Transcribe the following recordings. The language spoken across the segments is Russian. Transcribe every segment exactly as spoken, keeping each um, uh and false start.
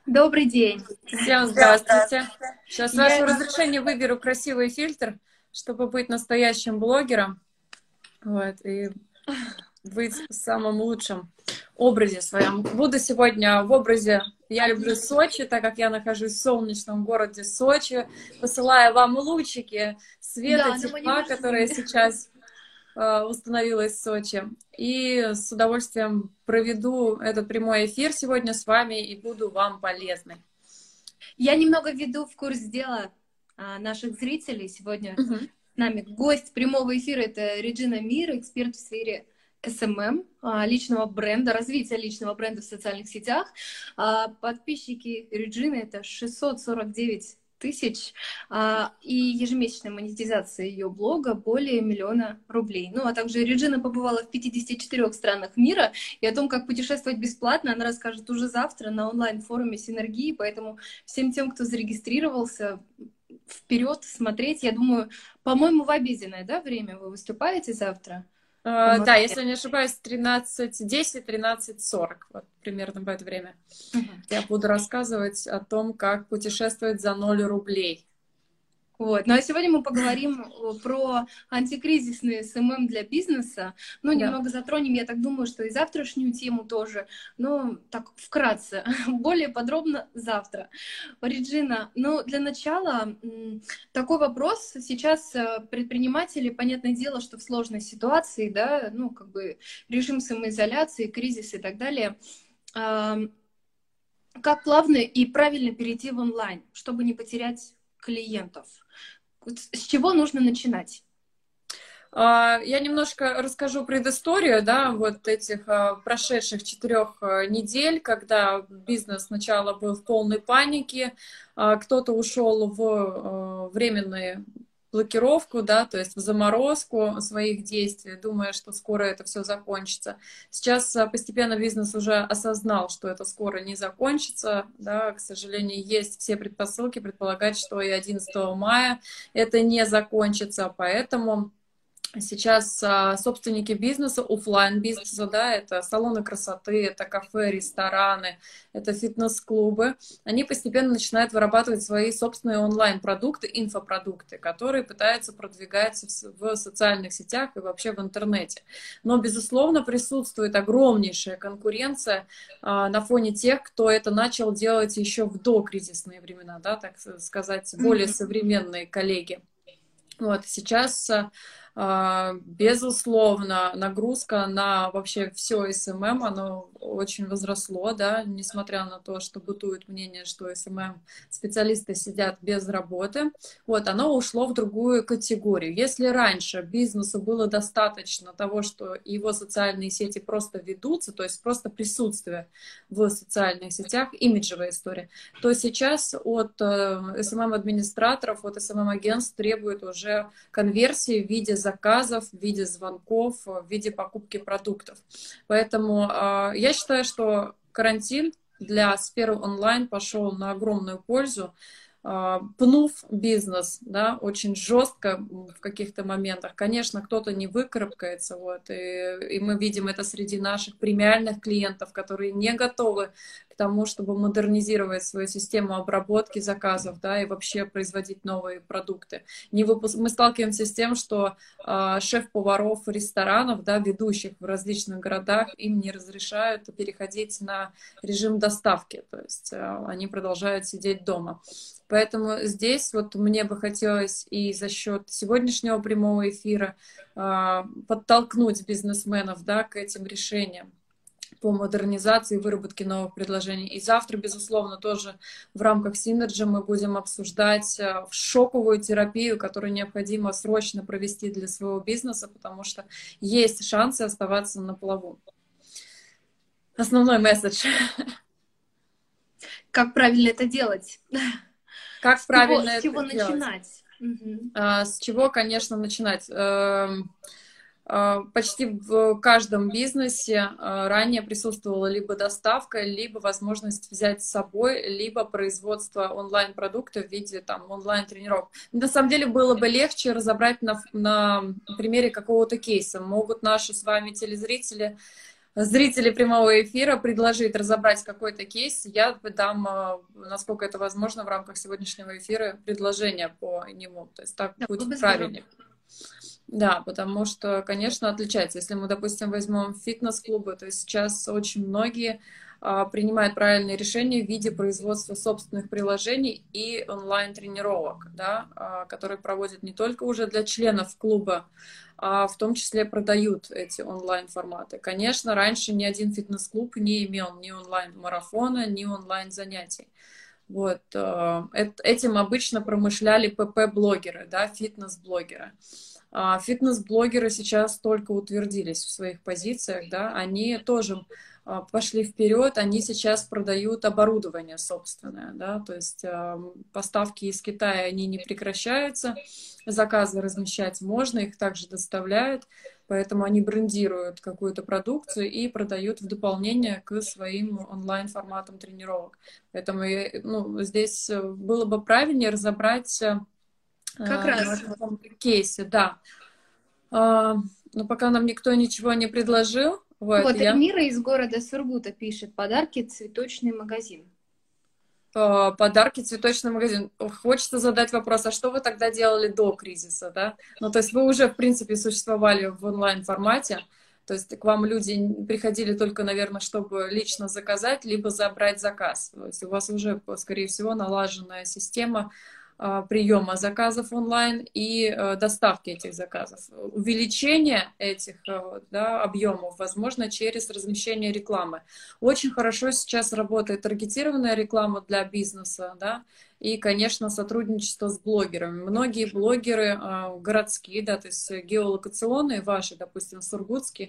Добрый день. Всем здравствуйте. Сейчас, с Я... вашего разрешения, выберу красивый фильтр, чтобы быть настоящим блогером, вот, и быть в самом лучшем образе своем. Буду сегодня в образе «Я люблю Сочи», так как я нахожусь в солнечном городе Сочи. Посылаю вам лучики света, Да, но мы не тепла, которое должны. сейчас э, установилось в Сочи. И с удовольствием проведу этот прямой эфир сегодня с вами и буду вам полезной. Я немного введу в курс дела а, наших зрителей. Сегодня Угу. с нами гость прямого эфира — это Реджина Мир, эксперт в сфере эс эм эм, а, личного бренда, развития личного бренда в социальных сетях. А, подписчики Реджины — это шестьсот сорок девять тысяч, а, и ежемесячная монетизация ее блога более миллиона рублей. Ну, а также Реджина побывала в пятидесяти четырёх странах мира, и о том, как путешествовать бесплатно, она расскажет уже завтра на онлайн-форуме Синергии, поэтому всем тем, кто зарегистрировался, вперед смотреть. Я думаю, по-моему, в обеденное, да, время вы выступаете завтра? Uh, да, если не ошибаюсь, тринадцать десять, тринадцать сорок, вот примерно в это время. Uh-huh. Я буду рассказывать о том, как путешествовать за ноль рублей. Вот. Ну а сегодня мы поговорим про антикризисный эс эм эм для бизнеса. Ну, немного да. затронем, я так думаю, что и завтрашнюю тему тоже. Но так вкратце, более подробно завтра. Реджина, ну для начала такой вопрос. Сейчас предприниматели, понятное дело, что в сложной ситуации, да, ну как бы режим самоизоляции, кризис и так далее. Как плавно и правильно перейти в онлайн, чтобы не потерять клиентов? С чего нужно начинать? Я немножко расскажу предысторию, да, вот этих прошедших четырех недель, когда бизнес сначала был в полной панике, кто-то ушел в временные блокировку, да, то есть в заморозку своих действий, думая, что скоро это все закончится. Сейчас постепенно бизнес уже осознал, что это скоро не закончится, да, к сожалению, есть все предпосылки предполагать, что и одиннадцатого мая это не закончится, поэтому сейчас а, собственники бизнеса, офлайн бизнеса, да, это салоны красоты, это кафе, рестораны, это фитнес-клубы, они постепенно начинают вырабатывать свои собственные онлайн-продукты, инфопродукты, которые пытаются продвигать в, в социальных сетях и вообще в интернете. Но, безусловно, присутствует огромнейшая конкуренция а, на фоне тех, кто это начал делать еще в докризисные времена, да, так сказать, более современные коллеги. Вот, сейчас, безусловно, нагрузка на вообще все эс эм эм, оно очень возросло, да, несмотря на то, что бытует мнение, что эс эм эм-специалисты сидят без работы, вот, оно ушло в другую категорию. Если раньше бизнесу было достаточно того, что его социальные сети просто ведутся, то есть просто присутствие в социальных сетях, имиджевая история, то сейчас от эс эм эм-администраторов, от эс эм эм-агентств требуют уже конверсии в виде заказов, в виде звонков, в виде покупки продуктов. Поэтому э, я считаю, что карантин для сферы онлайн пошел на огромную пользу, э, пнув бизнес, да, очень жестко в каких-то моментах. Конечно, кто-то не выкарабкается, вот, и, и мы видим это среди наших премиальных клиентов, которые не готовы к тому, чтобы модернизировать свою систему обработки заказов, да, и вообще производить новые продукты. Не выпуск... Мы сталкиваемся с тем, что э, шеф-поваров ресторанов, да, ведущих в различных городах, им не разрешают переходить на режим доставки, то есть э, они продолжают сидеть дома. Поэтому здесь вот мне бы хотелось и за счет сегодняшнего прямого эфира э, подтолкнуть бизнесменов, да, к этим решениям по модернизации и выработке новых предложений. И завтра, безусловно, тоже в рамках Synergy мы будем обсуждать шоковую терапию, которую необходимо срочно провести для своего бизнеса, потому что есть шансы оставаться на плаву. Основной месседж. Как правильно это делать? Как с правильно чего, это с чего делать? начинать? Угу. А, с чего, конечно, начинать? Почти в каждом бизнесе ранее присутствовала либо доставка, либо возможность взять с собой, либо производство онлайн-продукта в виде там онлайн-тренировок. На самом деле было бы легче разобрать на, на примере какого-то кейса. Могут наши с вами телезрители зрителей прямого эфира предложить разобрать какой-то кейс, я дам, насколько это возможно, в рамках сегодняшнего эфира предложение по нему. То есть так Да, будет правильнее. Да, потому что, конечно, отличается. Если мы, допустим, возьмем фитнес-клубы, то сейчас очень многие а, принимают правильные решения в виде производства собственных приложений и онлайн-тренировок, да, а, которые проводят не только уже для членов клуба, а в том числе продают эти онлайн-форматы. Конечно, раньше ни один фитнес-клуб не имел ни онлайн-марафона, ни онлайн-занятий. Вот, а, этим обычно промышляли пэ пэ-блогеры, да, фитнес-блогеры. Фитнес-блогеры сейчас только утвердились в своих позициях, да, они тоже пошли вперед, они сейчас продают оборудование собственное, да, то есть поставки из Китая, они не прекращаются, заказы размещать можно, их также доставляют, поэтому они брендируют какую-то продукцию и продают в дополнение к своим онлайн-форматам тренировок. Поэтому ну, здесь было бы правильнее разобрать как раз в этом кейсе, да. А, но пока нам никто ничего не предложил. Вот, вот я... Эльмира из города Сургута пишет: подарки, цветочный магазин. Подарки, цветочный магазин. Хочется задать вопрос, а что вы тогда делали до кризиса, да? Ну, то есть вы уже, в принципе, существовали в онлайн-формате, то есть к вам люди приходили только, наверное, чтобы лично заказать, либо забрать заказ. То есть у вас уже, скорее всего, налаженная система приема заказов онлайн и доставки этих заказов. Увеличение этих, да, объемов возможно через размещение рекламы. Очень хорошо сейчас работает таргетированная реклама для бизнеса, да, и, конечно, сотрудничество с блогерами. Многие блогеры городские, да, то есть геолокационные, ваши, допустим, сургутские,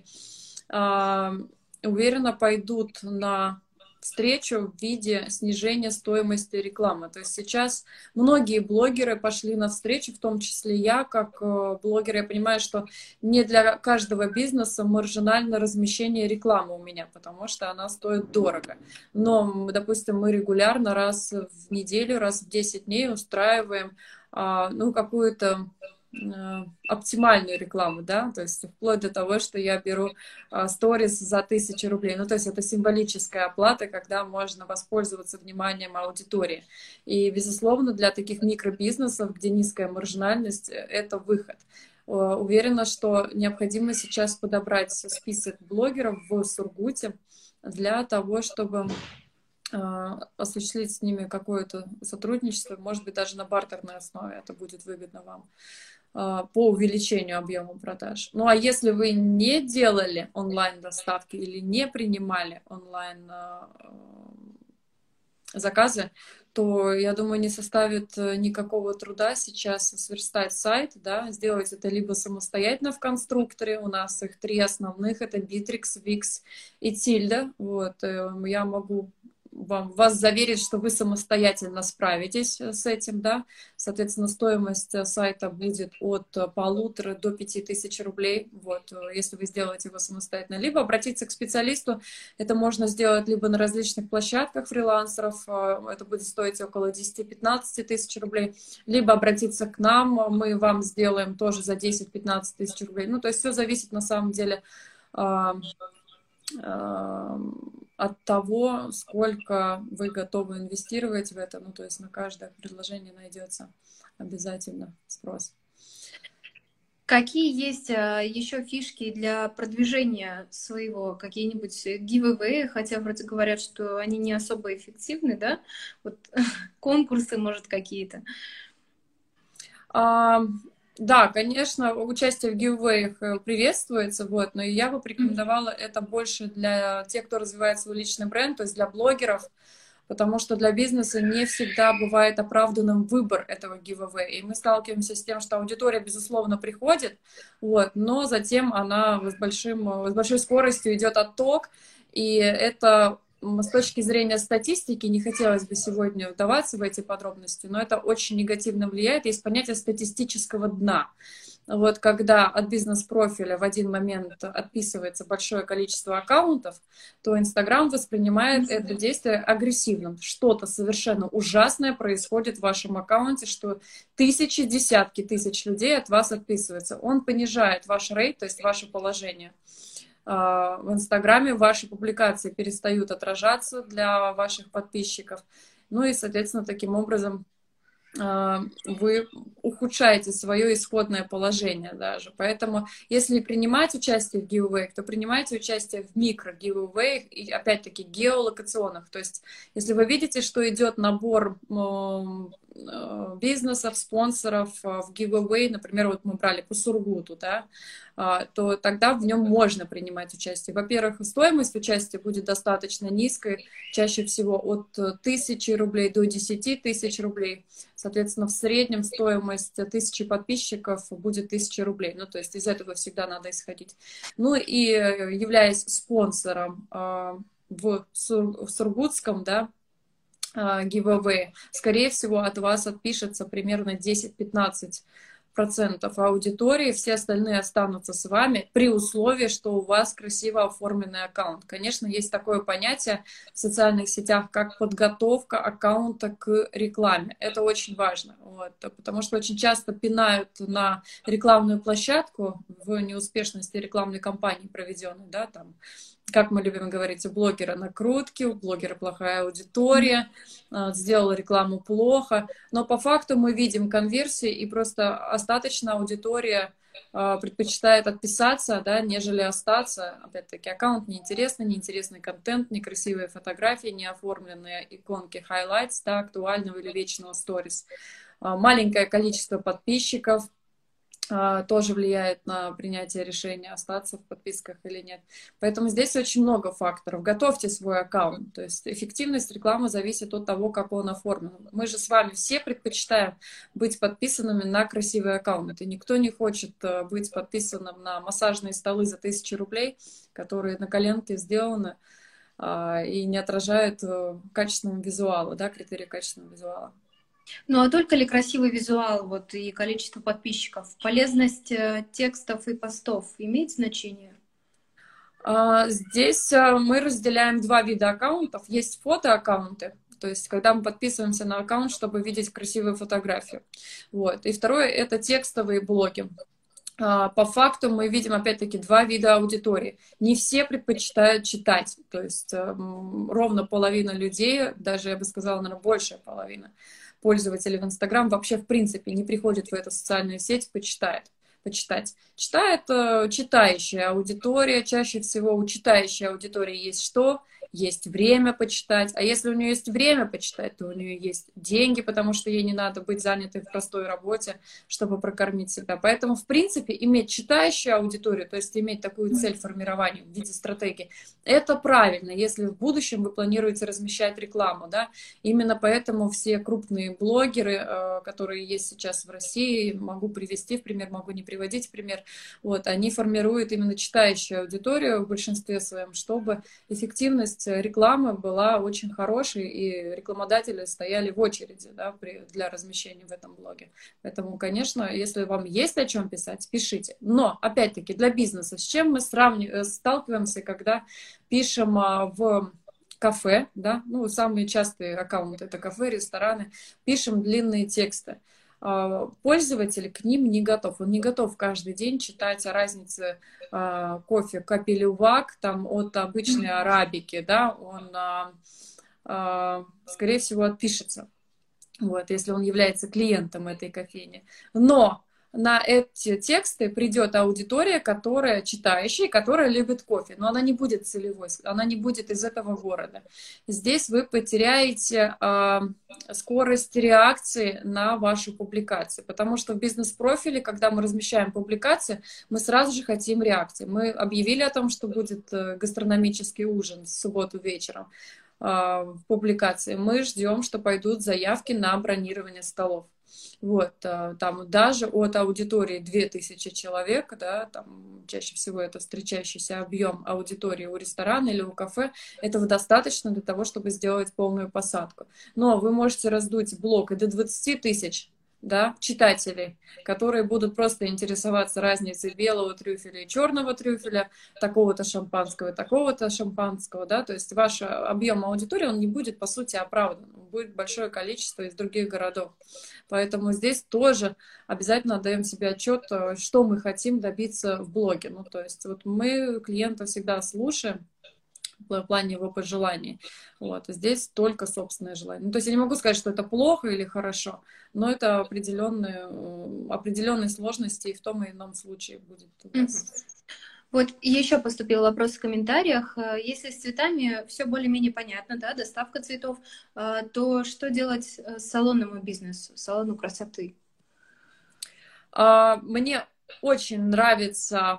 уверенно пойдут на встречу в виде снижения стоимости рекламы. То есть сейчас многие блогеры пошли навстречу, в том числе я, как блогер, я понимаю, что не для каждого бизнеса маржинально размещение рекламы у меня, потому что она стоит дорого. Но, допустим, мы регулярно раз в неделю, раз в десять дней устраиваем ну, какую-то оптимальную рекламу, да, то есть вплоть до того, что я беру сторис за тысячу рублей, ну, то есть это символическая оплата, когда можно воспользоваться вниманием аудитории. И, безусловно, для таких микробизнесов, где низкая маржинальность, это выход. Уверена, что необходимо сейчас подобрать список блогеров в Сургуте для того, чтобы осуществить с ними какое-то сотрудничество, может быть, даже на бартерной основе это будет выгодно вам по увеличению объема продаж. Ну а если вы не делали онлайн-доставки или не принимали онлайн-заказы, то, я думаю, не составит никакого труда сейчас сверстать сайт, да, сделать это либо самостоятельно в конструкторе, у нас их три основных, это Bittrex, Wix и Tilda, вот, я могу вам, вас заверить, что вы самостоятельно справитесь с этим, да, соответственно, стоимость сайта будет от полутора до пяти тысяч рублей, вот, если вы сделаете его самостоятельно, либо обратиться к специалисту, это можно сделать либо на различных площадках фрилансеров, это будет стоить около десяти-пятнадцати тысяч рублей, либо обратиться к нам, мы вам сделаем тоже за десять-пятнадцать тысяч рублей, ну, то есть все зависит на самом деле от того, сколько вы готовы инвестировать в это. Ну, то есть на каждое предложение найдется обязательно спрос. Какие есть еще фишки для продвижения своего, какие-нибудь giveaway, хотя вроде говорят, что они не особо эффективны, да? Вот конкурсы, может, какие-то? А... Да, конечно, участие в гивэвэях приветствуется, вот, но я бы порекомендовала это больше для тех, кто развивает свой личный бренд, то есть для блогеров, потому что для бизнеса не всегда бывает оправданным выбор этого гивэвэя. И мы сталкиваемся с тем, что аудитория, безусловно, приходит, вот, но затем она с, большим, с большой скоростью идет отток, и это... С точки зрения статистики, не хотелось бы сегодня вдаваться в эти подробности, но это очень негативно влияет. Есть понятие статистического дна. Вот когда от бизнес-профиля в один момент отписывается большое количество аккаунтов, то Инстаграм воспринимает это действие агрессивным. Что-то совершенно ужасное происходит в вашем аккаунте, что тысячи, десятки тысяч людей от вас отписываются. Он понижает ваш рейт, то есть ваше положение в Инстаграме ваши публикации перестают отражаться для ваших подписчиков. Ну и, соответственно, таким образом вы ухудшаете свое исходное положение даже. Поэтому, если принимать участие в giveaway, то принимайте участие в микро-giveaway и, опять-таки, геолокационных. То есть, если вы видите, что идет набор бизнесов, спонсоров в giveaway, например, вот мы брали по Сургуту, да, то тогда в нем можно принимать участие. Во-первых, стоимость участия будет достаточно низкой, чаще всего от тысячи рублей до десяти тысяч рублей. Соответственно, в среднем стоимость тысячи подписчиков будет тысяча рублей. Ну, то есть из этого всегда надо исходить. Ну и являясь спонсором в Сургутском, да, giveaway, скорее всего, от вас отпишется примерно десять-пятнадцать процентов аудитории, все остальные останутся с вами при условии, что у вас красиво оформленный аккаунт. Конечно, есть такое понятие в социальных сетях, как подготовка аккаунта к рекламе. Это очень важно, вот, потому что очень часто пинают на рекламную площадку в неуспешности рекламной кампании проведенной, да, там, как мы любим говорить, у блогера накрутки, у блогера плохая аудитория, сделал рекламу плохо. Но по факту мы видим конверсии, и просто остаточная аудитория предпочитает отписаться, да, нежели остаться. Опять-таки, аккаунт неинтересный, неинтересный контент, некрасивые фотографии, неоформленные иконки highlights, да, актуального или вечного сторис. Маленькое количество подписчиков тоже влияет на принятие решения, остаться в подписках или нет. Поэтому здесь очень много факторов. Готовьте свой аккаунт. То есть эффективность рекламы зависит от того, как он оформлен. Мы же с вами все предпочитаем быть подписанными на красивые аккаунты. Никто не хочет быть подписанным на массажные столы за тысячи рублей, которые на коленке сделаны и не отражают качественного визуала, да, критерии качественного визуала. Ну а только ли красивый визуал вот, и количество подписчиков? Полезность текстов и постов имеет значение? Здесь мы разделяем два вида аккаунтов. Есть фотоаккаунты, то есть когда мы подписываемся на аккаунт, чтобы видеть красивую фотографию. Вот. И второе — это текстовые блоги. По факту мы видим, опять-таки, два вида аудитории. Не все предпочитают читать, то есть ровно половина людей, даже, я бы сказала, наверное, большая половина пользователей в Инстаграм вообще, в принципе, не приходит в эту социальную сеть почитает, почитать. Читает э, читающая аудитория. Чаще всего у читающей аудитории есть что? Есть время почитать. А если у нее есть время почитать, то у нее есть деньги, потому что ей не надо быть занятой в простой работе, чтобы прокормить себя. Поэтому, в принципе, иметь читающую аудиторию, то есть иметь такую цель формирования в виде стратегии, это правильно, если в будущем вы планируете размещать рекламу, да. Именно поэтому все крупные блогеры, которые есть сейчас в России, могу привести в пример, могу не приводить в пример, вот, они формируют именно читающую аудиторию в большинстве своем, чтобы эффективность рекламы была очень хорошей, и рекламодатели стояли в очереди, да, при, для размещения в этом блоге. Поэтому, конечно, если вам есть о чем писать, пишите. Но, опять-таки, для бизнеса, с чем мы сравниваем, сталкиваемся, когда пишем в кафе, да, ну, самые частые аккаунты — это кафе, рестораны, пишем длинные тексты. Пользователь к ним не готов. Он не готов каждый день читать о разнице э, кофе Капелювак там, от обычной арабики. Да? Он, э, э, скорее всего, отпишется, вот, если он является клиентом этой кофейни. Но на эти тексты придет аудитория, которая читающая, которая любит кофе, но она не будет целевой, она не будет из этого города. Здесь вы потеряете э, скорость реакции на вашу публикацию, потому что в бизнес-профиле, когда мы размещаем публикации, мы сразу же хотим реакции. Мы объявили о том, что будет гастрономический ужин в субботу вечером э, в публикации. Мы ждем, что пойдут заявки на бронирование столов. Вот, там даже от аудитории две тысячи человек, да, там чаще всего это встречающийся объем аудитории у ресторана или у кафе, этого достаточно для того, чтобы сделать полную посадку. Но вы можете раздуть блок и до двадцати тысяч, да, читателей, которые будут просто интересоваться разницей белого трюфеля и черного трюфеля, такого-то шампанского и такого-то шампанского, да, то есть ваш объем аудитории, он не будет, по сути, оправдан, будет большое количество из других городов. Поэтому здесь тоже обязательно отдаем себе отчет, что мы хотим добиться в блоге. Ну, то есть вот мы клиента всегда слушаем, в плане его пожеланий. Вот. Здесь только собственное желание. Ну, то есть я не могу сказать, что это плохо или хорошо, но это определенные, определенные сложности и в том и ином случае будет у вас. Вот еще поступил вопрос в комментариях. Если с цветами все более-менее понятно, да, доставка цветов, то что делать салонному бизнесу, салону красоты? Мне очень нравится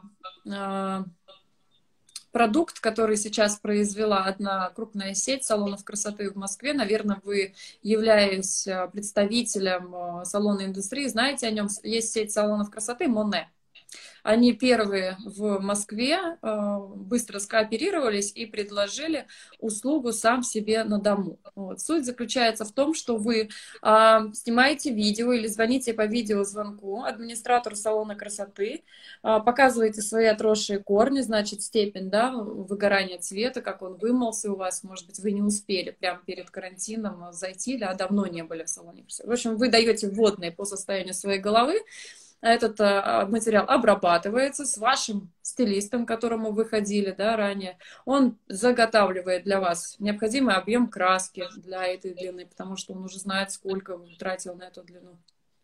продукт, который сейчас произвела одна крупная сеть салонов красоты в Москве. Наверное, вы, являясь представителем салонной индустрии, знаете о нем. Есть сеть салонов красоты Моне. Они первые в Москве быстро скооперировались и предложили услугу «Сам себе на дому». Вот. Суть заключается в том, что вы а, снимаете видео или звоните по видеозвонку администратору салона красоты, а, показываете свои отросшие корни, значит, степень, да, выгорания цвета, как он вымылся у вас, может быть, вы не успели прямо перед карантином зайти, да, давно не были в салоне красоты. В общем, вы даете вводные по состоянию своей головы. Этот а, материал обрабатывается с вашим стилистом, к которому вы ходили, да, ранее. Он заготавливает для вас необходимый объем краски для этой длины, потому что он уже знает, сколько вы тратил на эту длину.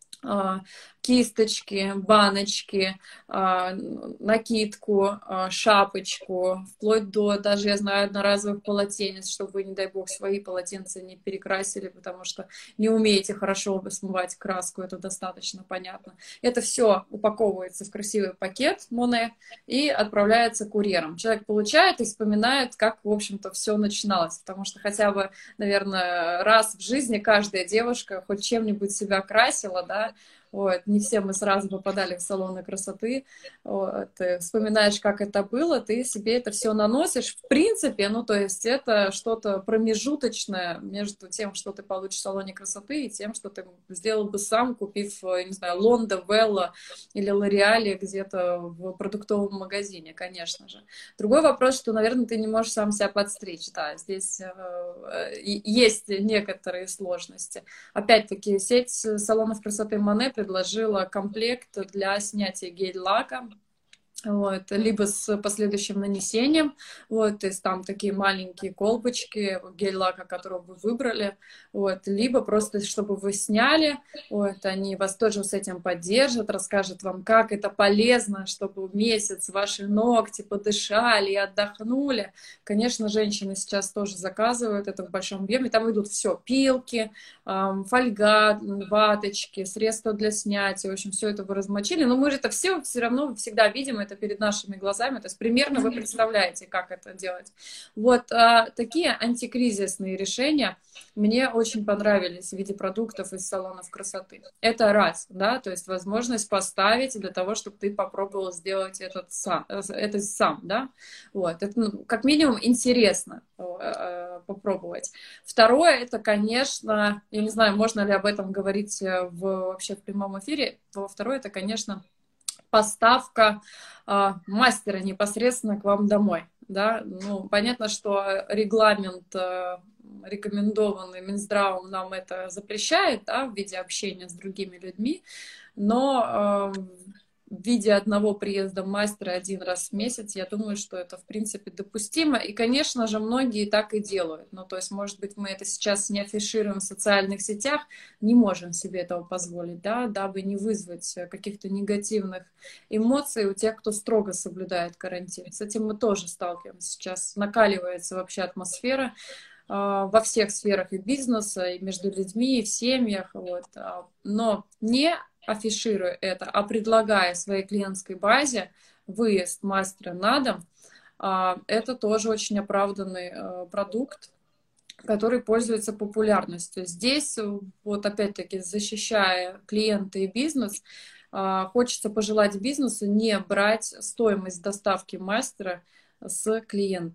Кисточки, баночки, накидку, шапочку, вплоть до, даже, я знаю, одноразовых полотенец, чтобы вы, не дай бог, свои полотенца не перекрасили, потому что не умеете хорошо смывать краску, это достаточно понятно. Это все упаковывается в красивый пакет Моне и отправляется курьером. Человек получает и вспоминает, как, в общем-то, все начиналось, потому что хотя бы, наверное, раз в жизни каждая девушка хоть чем-нибудь себя красила, да. Вот. Не все мы сразу попадали в салоны красоты. Вот. Ты вспоминаешь, как это было, ты себе это все наносишь. В принципе, ну, то есть это что-то промежуточное между тем, что ты получишь в салоне красоты, и тем, что ты сделал бы сам, купив, не знаю, Лонда, Велла или Лореале где-то в продуктовом магазине, конечно же. Другой вопрос, что, наверное, ты не можешь сам себя подстричь. Да, здесь э, есть некоторые сложности. Опять-таки, сеть салонов красоты Моне предложила комплект для снятия гель-лака, вот, либо с последующим нанесением, вот, то есть там такие маленькие колбочки гель-лака, которого вы выбрали, вот, либо просто, чтобы вы сняли, вот, они вас тоже с этим поддержат, расскажут вам, как это полезно, чтобы месяц ваши ногти подышали и отдохнули. Конечно, женщины сейчас тоже заказывают это в большом объеме, там идут все, пилки, эм, фольга, ваточки, средства для снятия, в общем, все это вы размочили, но мы же это все все равно всегда видим, это перед нашими глазами, то есть примерно вы представляете, как это делать. Вот а, такие антикризисные решения мне очень понравились в виде продуктов из салонов красоты. Это раз, да, то есть возможность поставить для того, чтобы ты попробовал сделать этот сам, это сам, да, вот, это, ну, как минимум интересно э, попробовать. Второе, это, конечно, я не знаю, можно ли об этом говорить в, вообще в прямом эфире, второе, это, конечно, поставка э, мастера непосредственно к вам домой, да, ну, понятно, что регламент, э, рекомендованный Минздравом нам это запрещает, да, в виде общения с другими людьми, но э, в виде одного приезда мастера один раз в месяц, я думаю, что это, в принципе, допустимо. И, конечно же, многие так и делают. Ну, то есть, может быть, мы это сейчас не афишируем в социальных сетях, не можем себе этого позволить, да, дабы не вызвать каких-то негативных эмоций у тех, кто строго соблюдает карантин. С этим мы тоже сталкиваемся. Сейчас накаливается вообще атмосфера во всех сферах и бизнеса, и между людьми, и в семьях. Вот. Но не афишируя это, а предлагая своей клиентской базе выезд мастера на дом, это тоже очень оправданный продукт, который пользуется популярностью. Здесь, вот опять-таки, защищая клиента и бизнес, хочется пожелать бизнесу не брать стоимость доставки мастера с клиента.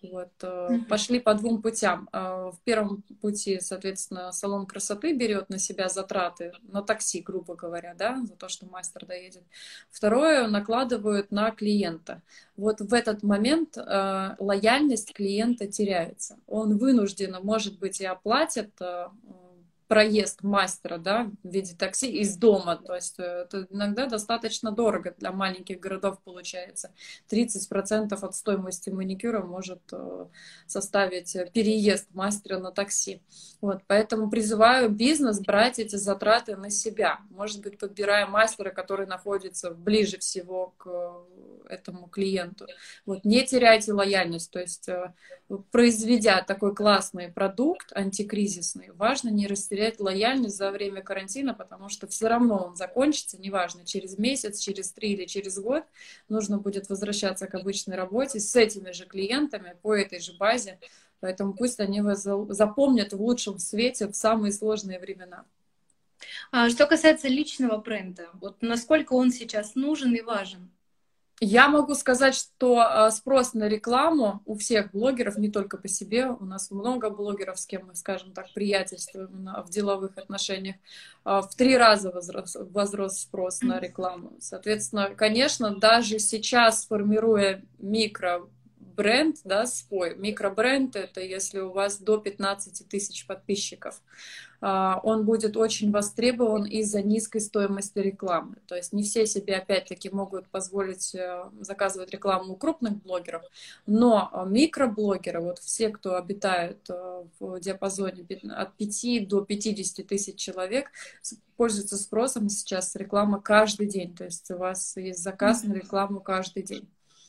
Вот, Мгм. пошли по двум путям. В первом пути, соответственно, салон красоты берет на себя затраты на такси, грубо говоря, да, за то, что мастер доедет. Второе, накладывают на клиента. Вот в этот момент э, лояльность клиента теряется. Он вынужденно, может быть, и оплатит э, проезд мастера, да, в виде такси из дома. То есть это иногда достаточно дорого для маленьких городов получается. тридцать процентов от стоимости маникюра может составить переезд мастера на такси. Вот, поэтому призываю бизнес брать эти затраты на себя. Может быть, подбирая мастера, который находится ближе всего к этому клиенту. Вот, не теряйте лояльность. То есть, произведя такой классный продукт антикризисный, важно не растерять лояльность за время карантина, потому что все равно он закончится, неважно, через месяц, через три или через год, нужно будет возвращаться к обычной работе с этими же клиентами по этой же базе, поэтому пусть они вас запомнят в лучшем свете в самые сложные времена. А что касается личного бренда, вот насколько он сейчас нужен и важен? Я могу сказать, что спрос на рекламу у всех блогеров, не только по себе, у нас много блогеров, с кем мы, скажем так, приятельствуем в деловых отношениях, в три раза возрос, возрос спрос на рекламу. Соответственно, конечно, даже сейчас, формируя микро бренд, да, свой. Микробренд — это если у вас до пятнадцати тысяч подписчиков. Он будет очень востребован из-за низкой стоимости рекламы. То есть не все себе, опять-таки, могут позволить заказывать рекламу у крупных блогеров, но микроблогеры, вот все, кто обитают в диапазоне от пяти до пятидесяти тысяч человек, пользуются спросом сейчас реклама каждый день. То есть у вас есть заказ на рекламу каждый день.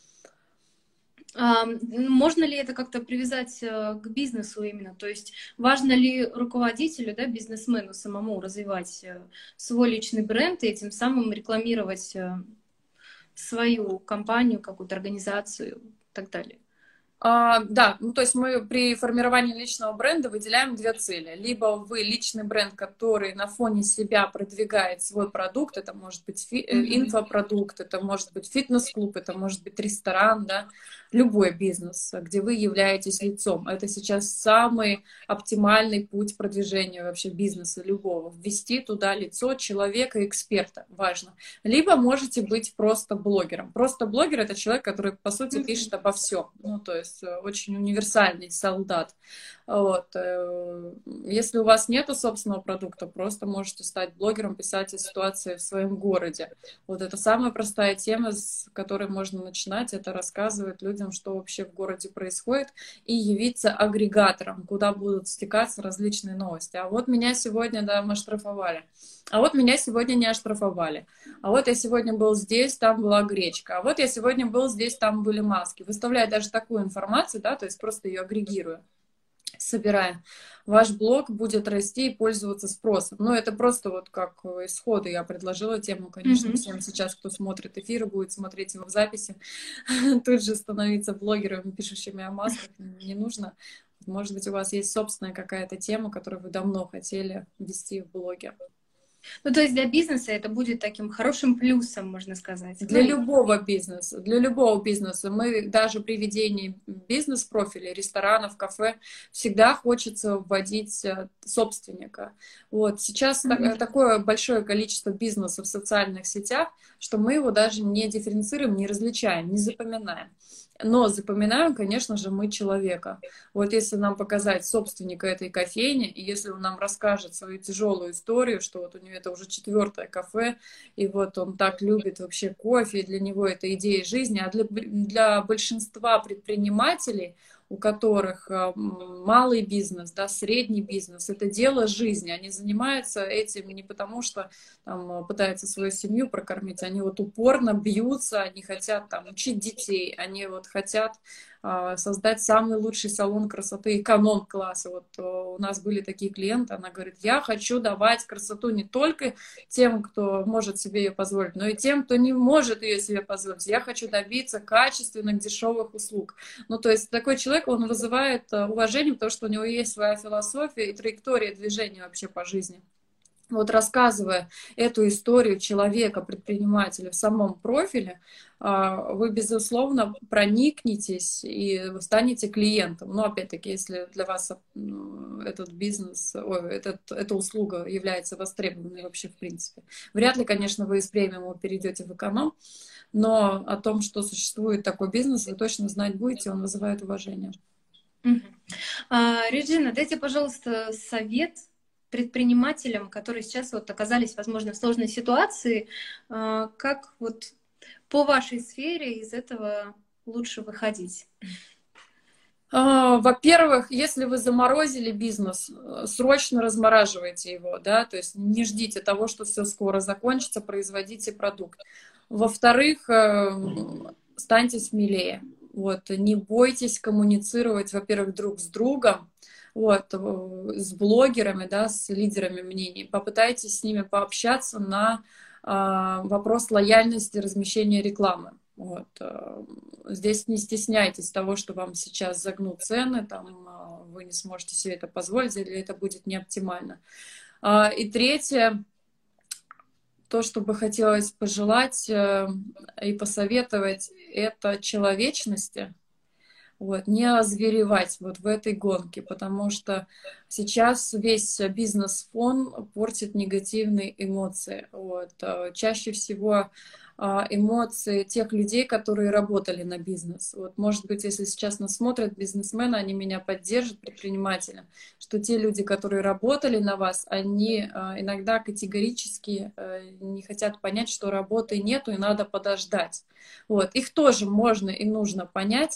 Можно ли это как-то привязать к бизнесу именно? То есть важно ли руководителю, да, бизнесмену самому развивать свой личный бренд и этим самым рекламировать свою компанию, какую-то организацию и так далее? А, да, ну то есть мы при формировании личного бренда выделяем две цели. Либо вы личный бренд, который на фоне себя продвигает свой продукт, это может быть фи- mm-hmm. инфопродукт, это может быть фитнес-клуб, это может быть ресторан, да, любой бизнес, где вы являетесь лицом. Это сейчас самый оптимальный путь продвижения вообще бизнеса любого. Ввести туда лицо человека, эксперта, важно. Либо можете быть просто блогером. Просто блогер — это человек, который, по сути, mm-hmm. пишет обо всем. Ну, то есть очень универсальный солдат. Вот. Если у вас нету собственного продукта, просто можете стать блогером, писать о ситуации в своем городе. Вот это самая простая тема, с которой можно начинать, это рассказывать людям, что вообще в городе происходит, и явиться агрегатором, куда будут стекаться различные новости. А вот меня сегодня, да, мы оштрафовали. А вот меня сегодня не оштрафовали. А вот я сегодня был здесь, там была гречка. А вот я сегодня был здесь, там были маски. Выставляю даже такую информацию, да, то есть просто ее агрегирую, собирая. Ваш блог будет расти и пользоваться спросом. Но это просто вот как исходы. Я предложила тему, конечно, mm-hmm. всем сейчас, кто смотрит эфир, будет смотреть его в записи, тут же становиться блогерами, пишущими о масках. Не нужно. Может быть, у вас есть собственная какая-то тема, которую вы давно хотели ввести в блоге. Ну, то есть для бизнеса это будет таким хорошим плюсом, можно сказать. Для ну, любого бизнеса, для любого бизнеса. Мы даже при ведении бизнес-профиля, ресторанов, кафе, всегда хочется вводить собственника. Вот. Сейчас mm-hmm. такое большое количество бизнеса в социальных сетях, что мы его даже не дифференцируем, не различаем, не запоминаем. Но запоминаем, конечно же, мы человека. Вот если нам показать собственника этой кофейни, и если он нам расскажет свою тяжелую историю, что вот у него это уже четвертое кафе, и вот он так любит вообще кофе, и для него это идея жизни, а для, для большинства предпринимателей, у которых малый бизнес, да, средний бизнес, это дело жизни. Они занимаются этим не потому, что там, пытаются свою семью прокормить, они вот упорно бьются, они хотят там, учить детей, они вот хотят а, создать самый лучший салон красоты эконом-класса. Вот а, у нас были такие клиенты, она говорит, я хочу давать красоту не только тем, кто может себе ее позволить, но и тем, кто не может ее себе позволить. Я хочу добиться качественных, дешевых услуг. Ну, то есть такой человек, он вызывает уважение, потому что у него есть своя философия и траектория движения вообще по жизни. Вот рассказывая эту историю человека, предпринимателя в самом профиле, вы, безусловно, проникнетесь и вы станете клиентом. Но, опять-таки, если для вас этот бизнес, ой, этот, эта услуга является востребованной вообще в принципе. Вряд ли, конечно, вы из премиума перейдете в эконом, но о том, что существует такой бизнес, вы точно знать будете, он вызывает уважение. Угу. А, Реджина, дайте, пожалуйста, совет предпринимателям, которые сейчас вот оказались, возможно, в сложной ситуации, как вот по вашей сфере из этого лучше выходить? Во-первых, если вы заморозили бизнес, срочно размораживайте его, да, то есть не ждите того, что все скоро закончится, производите продукт. Во-вторых, станьте смелее, вот, не бойтесь коммуницировать, во-первых, друг с другом, вот, с блогерами, да, с лидерами мнений. Попытайтесь с ними пообщаться на э, вопрос лояльности размещения рекламы. Вот. Здесь не стесняйтесь того, что вам сейчас загнут цены, там, вы не сможете себе это позволить, или это будет не оптимально. И третье, то, что бы хотелось пожелать и посоветовать, это человечности. Вот, не озверевать вот в этой гонке, потому что сейчас весь бизнес-фон портит негативные эмоции. Вот. Чаще всего эмоции тех людей, которые работали на бизнес. Вот, может быть, если сейчас нас смотрят бизнесмены, они меня поддержат, предприниматели, что те люди, которые работали на вас, они иногда категорически не хотят понять, что работы нету и надо подождать. Вот. Их тоже можно и нужно понять,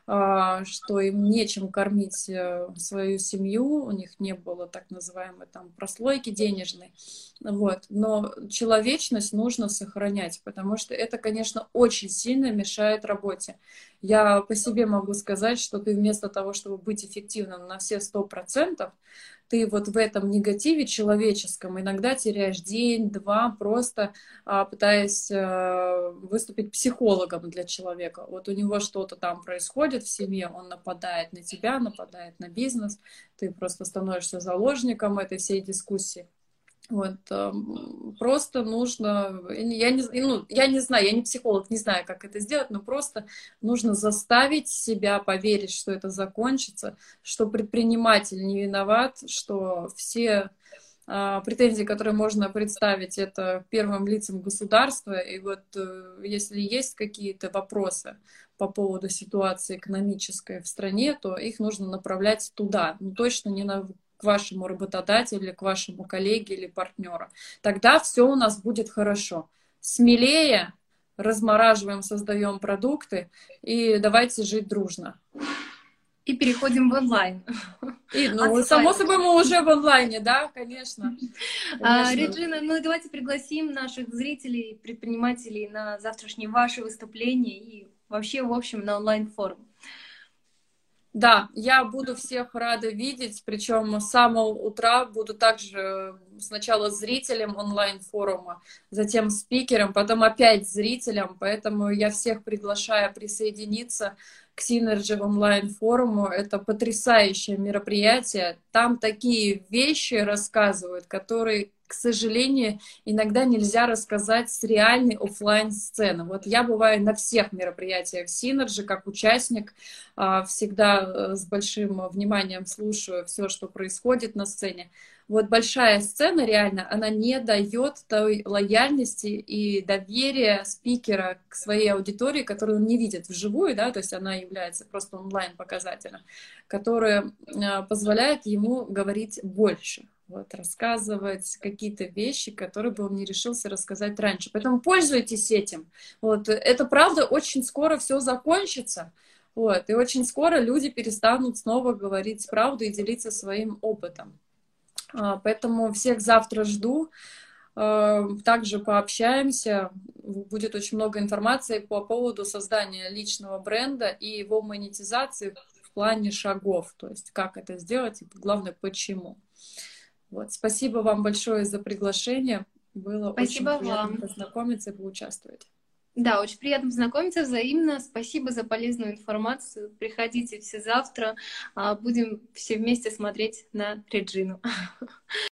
что им нечем кормить свою семью, у них не было так называемой там прослойки денежной, вот. Но человечность нужно сохранять, потому что это, конечно, очень сильно мешает работе. Я по себе могу сказать, что ты вместо того, чтобы быть эффективным на все сто процентов, ты вот в этом негативе человеческом иногда теряешь день-два, просто а, пытаясь а, выступить психологом для человека. Вот у него что-то там происходит в семье, он нападает на тебя, нападает на бизнес, ты просто становишься заложником этой всей дискуссии. Вот, просто нужно, я не, ну, я не знаю, я не психолог, не знаю, как это сделать, но просто нужно заставить себя поверить, что это закончится, что предприниматель не виноват, что все а, претензии, которые можно представить, это первым лицам государства, и вот если есть какие-то вопросы по поводу ситуации экономической в стране, то их нужно направлять туда, но точно не на к вашему работодателю, к вашему коллеге или партнеру. Тогда все у нас будет хорошо. Смелее размораживаем, создаем продукты и давайте жить дружно. И переходим в онлайн. И, ну, само собой, мы уже в онлайне, да, конечно. конечно. Реджина, ну давайте пригласим наших зрителей, предпринимателей на завтрашнее ваше выступление и вообще, в общем, на онлайн-форум. Да, я буду всех рада видеть, причем с самого утра буду также сначала зрителем онлайн-форума, затем спикером, потом опять зрителем, поэтому я всех приглашаю присоединиться к Synergy онлайн-форуму. Это потрясающее мероприятие, там такие вещи рассказывают, которые, к сожалению, иногда нельзя рассказать с реальной офлайн сцены. Вот я бываю на всех мероприятиях Synergy как участник, всегда с большим вниманием слушаю все, что происходит на сцене. Вот большая сцена реально, она не дает той лояльности и доверия спикера к своей аудитории, которую он не видит вживую, да, то есть она является просто онлайн-показателем, которая позволяет ему говорить больше. Вот, рассказывать какие-то вещи, которые бы он не решился рассказать раньше. Поэтому пользуйтесь этим. Вот, это правда, очень скоро все закончится. Вот, и очень скоро люди перестанут снова говорить правду и делиться своим опытом. Поэтому всех завтра жду. Также пообщаемся. Будет очень много информации по поводу создания личного бренда и его монетизации в плане шагов. То есть как это сделать и, главное, почему. Вот. Спасибо вам большое за приглашение. Было Спасибо очень приятно вам. познакомиться и поучаствовать. Да, очень приятно познакомиться взаимно. Спасибо за полезную информацию. Приходите все завтра. Будем все вместе смотреть на Реджину.